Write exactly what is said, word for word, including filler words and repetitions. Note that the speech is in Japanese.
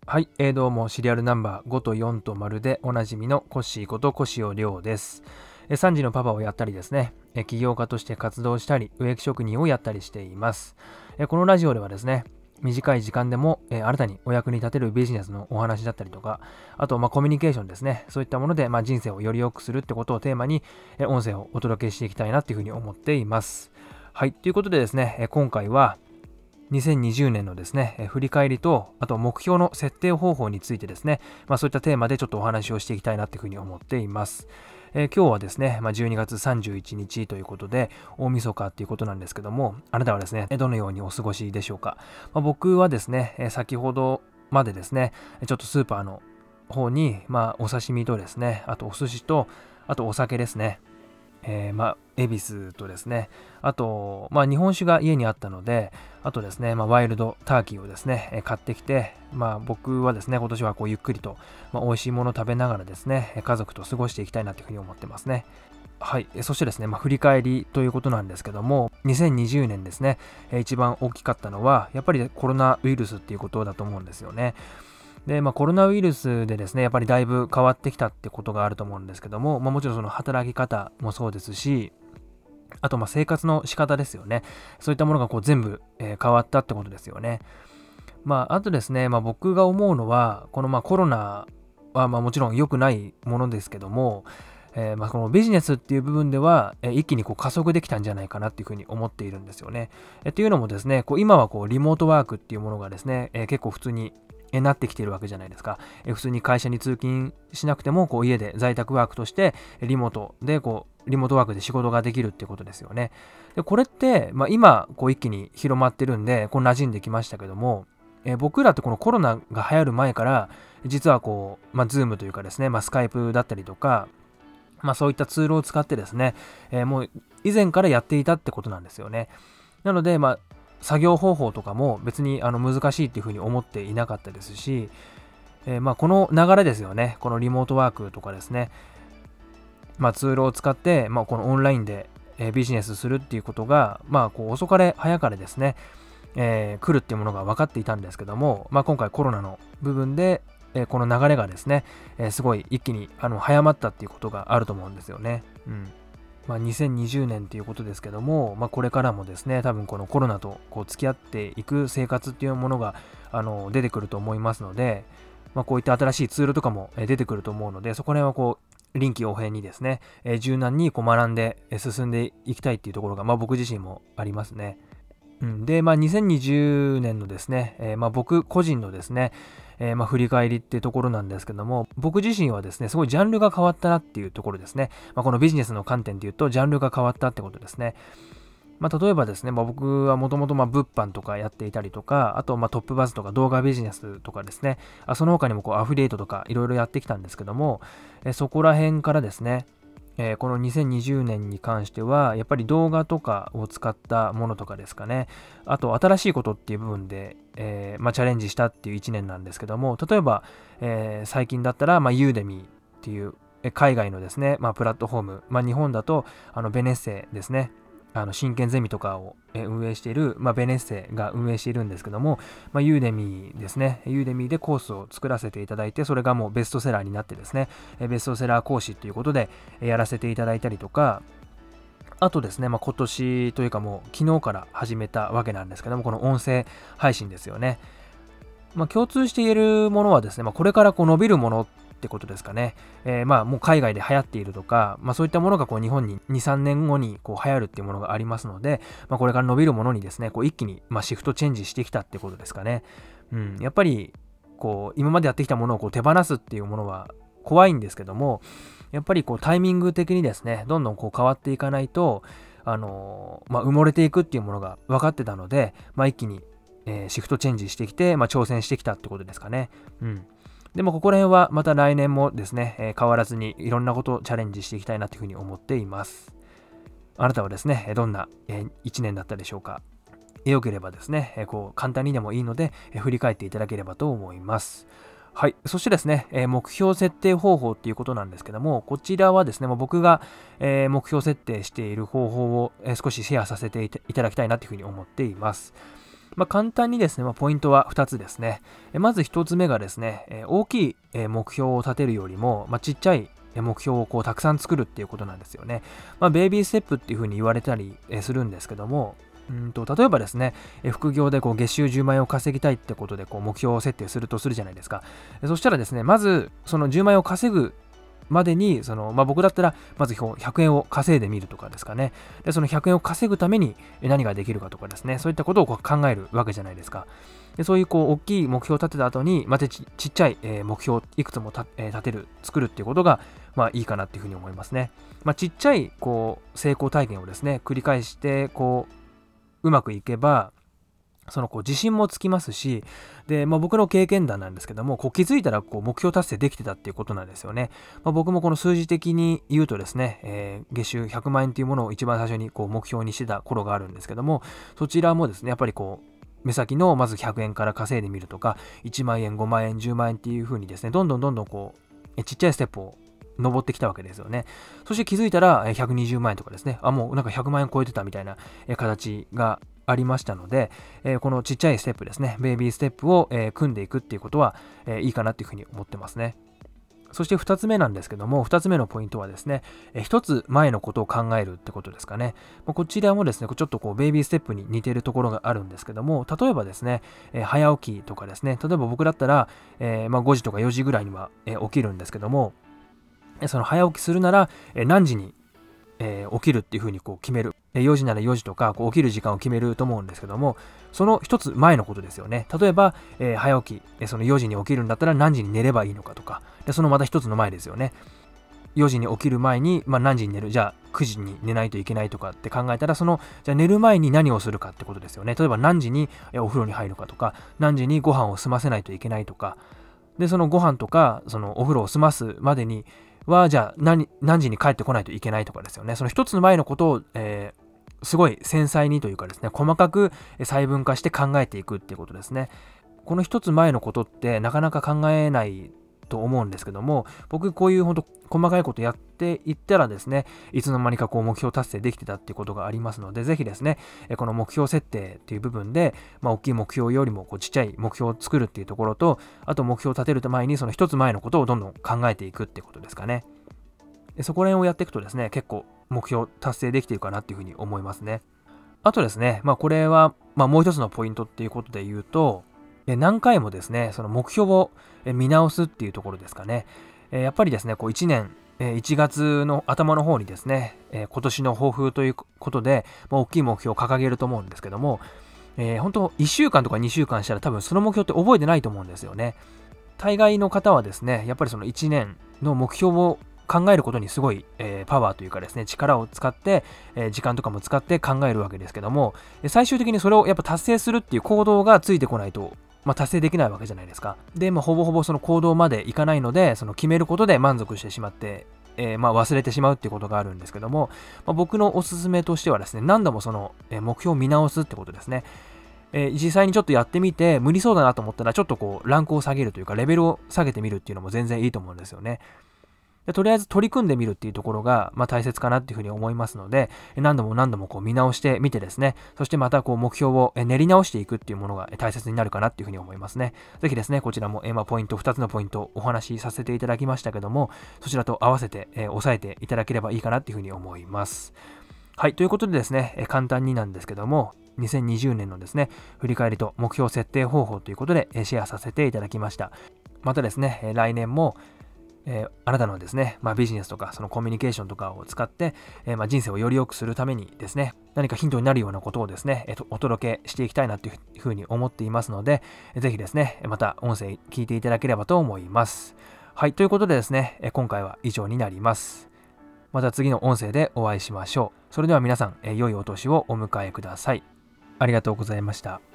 はい、えー、どうもシリアルナンバーごとよんと丸でおなじみのコッシーことコシオリョウです。えーさんじのパパをやったりですね、えー起業家として活動したり、植木職人をやったりしています。えーこのラジオではですね、短い時間でも、えー新たにお役に立てるビジネスのお話だったりとか、あと、まあ、コミュニケーションですね、そういったもので、まあ、人生をより良くするってことをテーマに、えー音声をお届けしていきたいなっていうふうに思っています。はい、ということでですね、えー今回は、にせんにじゅうねんのですね、えー振り返りと、あと目標の設定方法についてですね、まあ、そういったテーマでちょっとお話をしていきたいなというふうに思っています。えー今日はですね、まあ、じゅうにがつさんじゅういちにちということで、大晦日っていうことなんですけども、あなたはですね、どのようにお過ごしでしょうか。まあ、僕はですね、えー先ほどまでですね、ちょっとスーパーの方に、まあ、お刺身とですね、あとお寿司と、あとお酒ですね、えー、まあ、恵比寿とですね、あと、まあ、日本酒が家にあったので、あとですね、まあ、ワイルドターキーをですね、えー買ってきて、まあ、僕はですね、今年はこうゆっくりと、まあ、美味しいものを食べながらですね、えー家族と過ごしていきたいなというふうに思ってますね。はい、えーそしてですね、まあ、振り返りということなんですけども、にせんにじゅうねんですね、えー一番大きかったのは、やっぱりコロナウイルスっていうことだと思うんですよね。で、まあ、コロナウイルスでですね、やっぱりだいぶ変わってきたってことがあると思うんですけども、まあ、もちろんその働き方もそうですし、あとまあ生活の仕方ですよね。そういったものがこう全部、えー変わったってことですよね。まあ、あとですね、まあ、僕が思うのは、このまあコロナはまあもちろん良くないものですけども、えーまあこのビジネスっていう部分では、えー一気にこう加速できたんじゃないかなっていうふうに思っているんですよね。えーっていうのもですね、こう今はこうリモートワークっていうものがですね、えー結構普通にえーなってきているわけじゃないですか。えー普通に会社に通勤しなくてもこう家で在宅ワークとしてえーリモートでこうリモートワークで仕事ができるっていうことですよね。でこれって、まあ、今こう一気に広まってるんでこう馴染んできましたけども、えー僕らってこのコロナが流行る前から実はこう、まあ、ズームというかですね、まあ、スカイプだったりとか、まあ、そういったツールを使ってですね、えーもう以前からやっていたってことなんですよね。なので、まあ、作業方法とかも別にあの難しいっていうふうに思っていなかったですし、えーまあこの流れですよね。このリモートワークとかですね、まあ、ツールを使って、まあ、このオンラインで、えービジネスするっていうことが、まあ、こう遅かれ早かれですね、えー来るっていうものが分かっていたんですけども、まあ、今回コロナの部分で、えーこの流れがですね、えーすごい一気にあの早まったっていうことがあると思うんですよね。うん。まあ、にせんにじゅうねんということですけども、まあ、これからもですね、多分このコロナとこう付き合っていく生活っていうものがあの出てくると思いますので、まあ、こういった新しいツールとかもえー出てくると思うので、そこら辺はこう臨機応変にですね、えー柔軟にこう学んでえー進んでいきたいっていうところが、まあ、僕自身もありますね。うん、で、まあ、にせんにじゅうねんのですね、えーまあ、僕個人のですね、えーまあ、振り返りっていうところなんですけども、僕自身はですね、すごいジャンルが変わったなっていうところですね。まあ、このビジネスの観点で言うと、ジャンルが変わったってことですね。まあ、例えばですね、まあ、僕はもともと物販とかやっていたりとか、あとまあトップバズとか動画ビジネスとかですね、あその他にもこうアフィリエイトとかいろいろやってきたんですけども、えそこら辺からですね、えーこのにせんにじゅうねんに関しては、やっぱり動画とかを使ったものとかですかね。あと、新しいことっていう部分で、えーまあ、チャレンジしたっていういちねんなんですけども、例えば、えー最近だったら、まあ、ユーデミーっていう、え海外のですね、まあ、プラットフォーム、まあ、日本だと、あの、ベネッセですね。あの真剣ゼミとかをえ運営している、まあ、ベネッセが運営しているんですけども、まあ、ユーデミーですね。ユーデミーでコースを作らせていただいて、それがもうベストセラーになってですね、えベストセラー講師ということでえやらせていただいたりとか、あとですね、まあ、今年というかもう昨日から始めたわけなんですけども、この音声配信ですよね。まあ、共通して言えるものはですね、まあ、これからこう伸びるものってことですかね。えー、まあもう海外で流行っているとか、まあ、そういったものがこう日本にに、さんねんごにこう流行るっていうものがありますので、まあ、これから伸びるものにですね、こう一気にまあシフトチェンジしてきたってことですかね。うん、やっぱりこう今までやってきたものをこう手放すっていうものは怖いんですけども、やっぱりこうタイミング的にですね、どんどんこう変わっていかないと、あのーまあ、埋もれていくっていうものが分かってたので、まあ、一気にえーシフトチェンジしてきて、まあ、挑戦してきたってことですかね。うん。でもここら辺はまた来年もですね、えー変わらずにいろんなことをチャレンジしていきたいなというふうに思っています。あなたはですね、どんな、えーいちねんだったでしょうか。よければですね、えーこう簡単にでもいいので、えー振り返っていただければと思います。はい。そしてですね、えー目標設定方法っていうことなんですけども、こちらはですね、もう僕が、えー目標設定している方法を、えー少しシェアさせていただきたいなというふうに思っています。 まあ、簡単にですね、まあ、ポイントはふたつですね。まずひとつめがですね、大きい目標を立てるよりも、まあ、ちっちゃい目標をこうたくさん作るっていうことなんですよね。まあ、ベイビーステップっていうふうに言われたりするんですけども、うんと例えばですね、副業でこう月収じゅうまん円を稼ぎたいってことでこう目標設定するとするじゃないですか。そしたらですね、まずそのじゅうまん円を稼ぐまでにその、まあ、僕だったらまずひゃくえんを稼いでみるとかですかね。でそのひゃくえんを稼ぐために何ができるかとかですね、そういったことをこう考えるわけじゃないですか。でそういうこう大きい目標を立てた後にまた ち, ちっちゃい、えー、目標をいくつもた、えー、立てる作るっていうことがまあいいかなっていうふうに思いますね。まあ、ちっちゃいこう成功体験をですね繰り返してこううまくいけばそのこう自信もつきますし、で、まあ、僕の経験談なんですけども、こう気づいたらこう目標達成できてたっていうことなんですよね。まあ、僕もこの数字的に言うとですね、えー、月収ひゃくまん円っていうものを一番最初にこう目標にしてた頃があるんですけども、そちらもですね、やっぱりこう目先のまずひゃくえんから稼いでみるとか、いちまん円、ごまん円、じゅうまん円っていう風にですね、どんどんどんどんこうちっちゃいステップを登ってきたわけですよね。そして気づいたらひゃくにじゅうまん円とかですね、あ、もうなんかひゃくまん円超えてたみたいな形がありましたので、えー、このちっちゃいステップですね、ベイビーステップを、えー、組んでいくっていうことは、えー、いいかなっていうふうに思ってますね。そしてふたつめなんですけども、ふたつめのポイントはですね、えー、ひとつまえのことを考えるってことですかね。こちらもですね、ちょっとこうベイビーステップに似ているところがあるんですけども、例えばですね、えー、早起きとかですね、例えば僕だったら、えーまあ、ごじとかよじぐらいには、えー、起きるんですけども、その早起きするなら、えー、何時にえー、起きるっていう風にこう決める。よじならよじとかこう起きる時間を決めると思うんですけども、その一つ前のことですよね。例えば、えー、早起き、そのよじに起きるんだったら何時に寝ればいいのかとか、でそのまた一つの前ですよね。よじに起きる前に、まあ、何時に寝る、じゃあくじに寝ないといけないとかって考えたら、そのじゃあ寝る前に何をするかってことですよね。例えば何時にお風呂に入るかとか、何時にご飯を済ませないといけないとか、でそのご飯とかそのお風呂を済ますまでにはじゃあ 何, 何時に帰ってこないといけないとかですよね。その一つの前のことを、えー、すごい繊細にというかですね、細かく細分化して考えていくっていうことですね。この一つ前のことってなかなか考えないと思うんですけども、僕こういう本当細かいことやっていったらですね、いつの間にかこう目標達成できてたっていうことがありますので、ぜひですね、この目標設定っていう部分で、まあ、大きい目標よりもこうちっちゃい目標を作るっていうところと、あと目標を立てる前にその一つ前のことをどんどん考えていくっていうことですかね。そこら辺をやっていくとですね、結構目標達成できているかなっていうふうに思いますね。あとですね、まあこれは、まあ、もう一つのポイントっていうことで言うと、何回もですね、その目標を見直すっていうところですかね。やっぱりですね、こういちねん、いちがつの頭の方にですね、今年の抱負ということで、まあ、大きい目標を掲げると思うんですけども、えー、本当いっしゅうかんとかにしゅうかんしたら多分その目標って覚えてないと思うんですよね。大概の方はですね、やっぱりそのいちねんの目標を考えることにすごい、えー、パワーというかですね、力を使って、えー、時間とかも使って考えるわけですけども、最終的にそれをやっぱ達成するっていう行動がついてこないと、まあ、達成できないわけじゃないですか。で、まあ、ほぼほぼその行動までいかないので、その決めることで満足してしまって、えー、まあ忘れてしまうっていうことがあるんですけども、まあ、僕のおすすめとしてはですね、何度もその、えー、目標を見直すってことですね。えー、実際にちょっとやってみて無理そうだなと思ったらちょっとこうランクを下げるというかレベルを下げてみるっていうのも全然いいと思うんですよね。でとりあえず取り組んでみるっていうところが、まあ、大切かなっていうふうに思いますので、何度も何度もこう見直してみてですね、そしてまたこう目標を練り直していくっていうものが大切になるかなっていうふうに思いますね。ぜひですね、こちらも、えー、まあポイントふたつのポイントをお話しさせていただきましたけども、そちらと合わせて、えー、押さえていただければいいかなっていうふうに思います。はい、ということでですね、えー、簡単になんですけども、にせんにじゅうねんのですね、振り返りと目標設定方法ということでシェアさせていただきました。またですね、来年も、えー、あなたのですね、まあ、ビジネスとかそのコミュニケーションとかを使って、えーまあ、人生をより良くするためにですね、何かヒントになるようなことをですね、えー、とお届けしていきたいなというふうに思っていますので、ぜひですね、また音声聞いていただければと思います。はい、ということでですね、今回は以上になります。また次の音声でお会いしましょう。それでは皆さん、良いお年をお迎えください。ありがとうございました。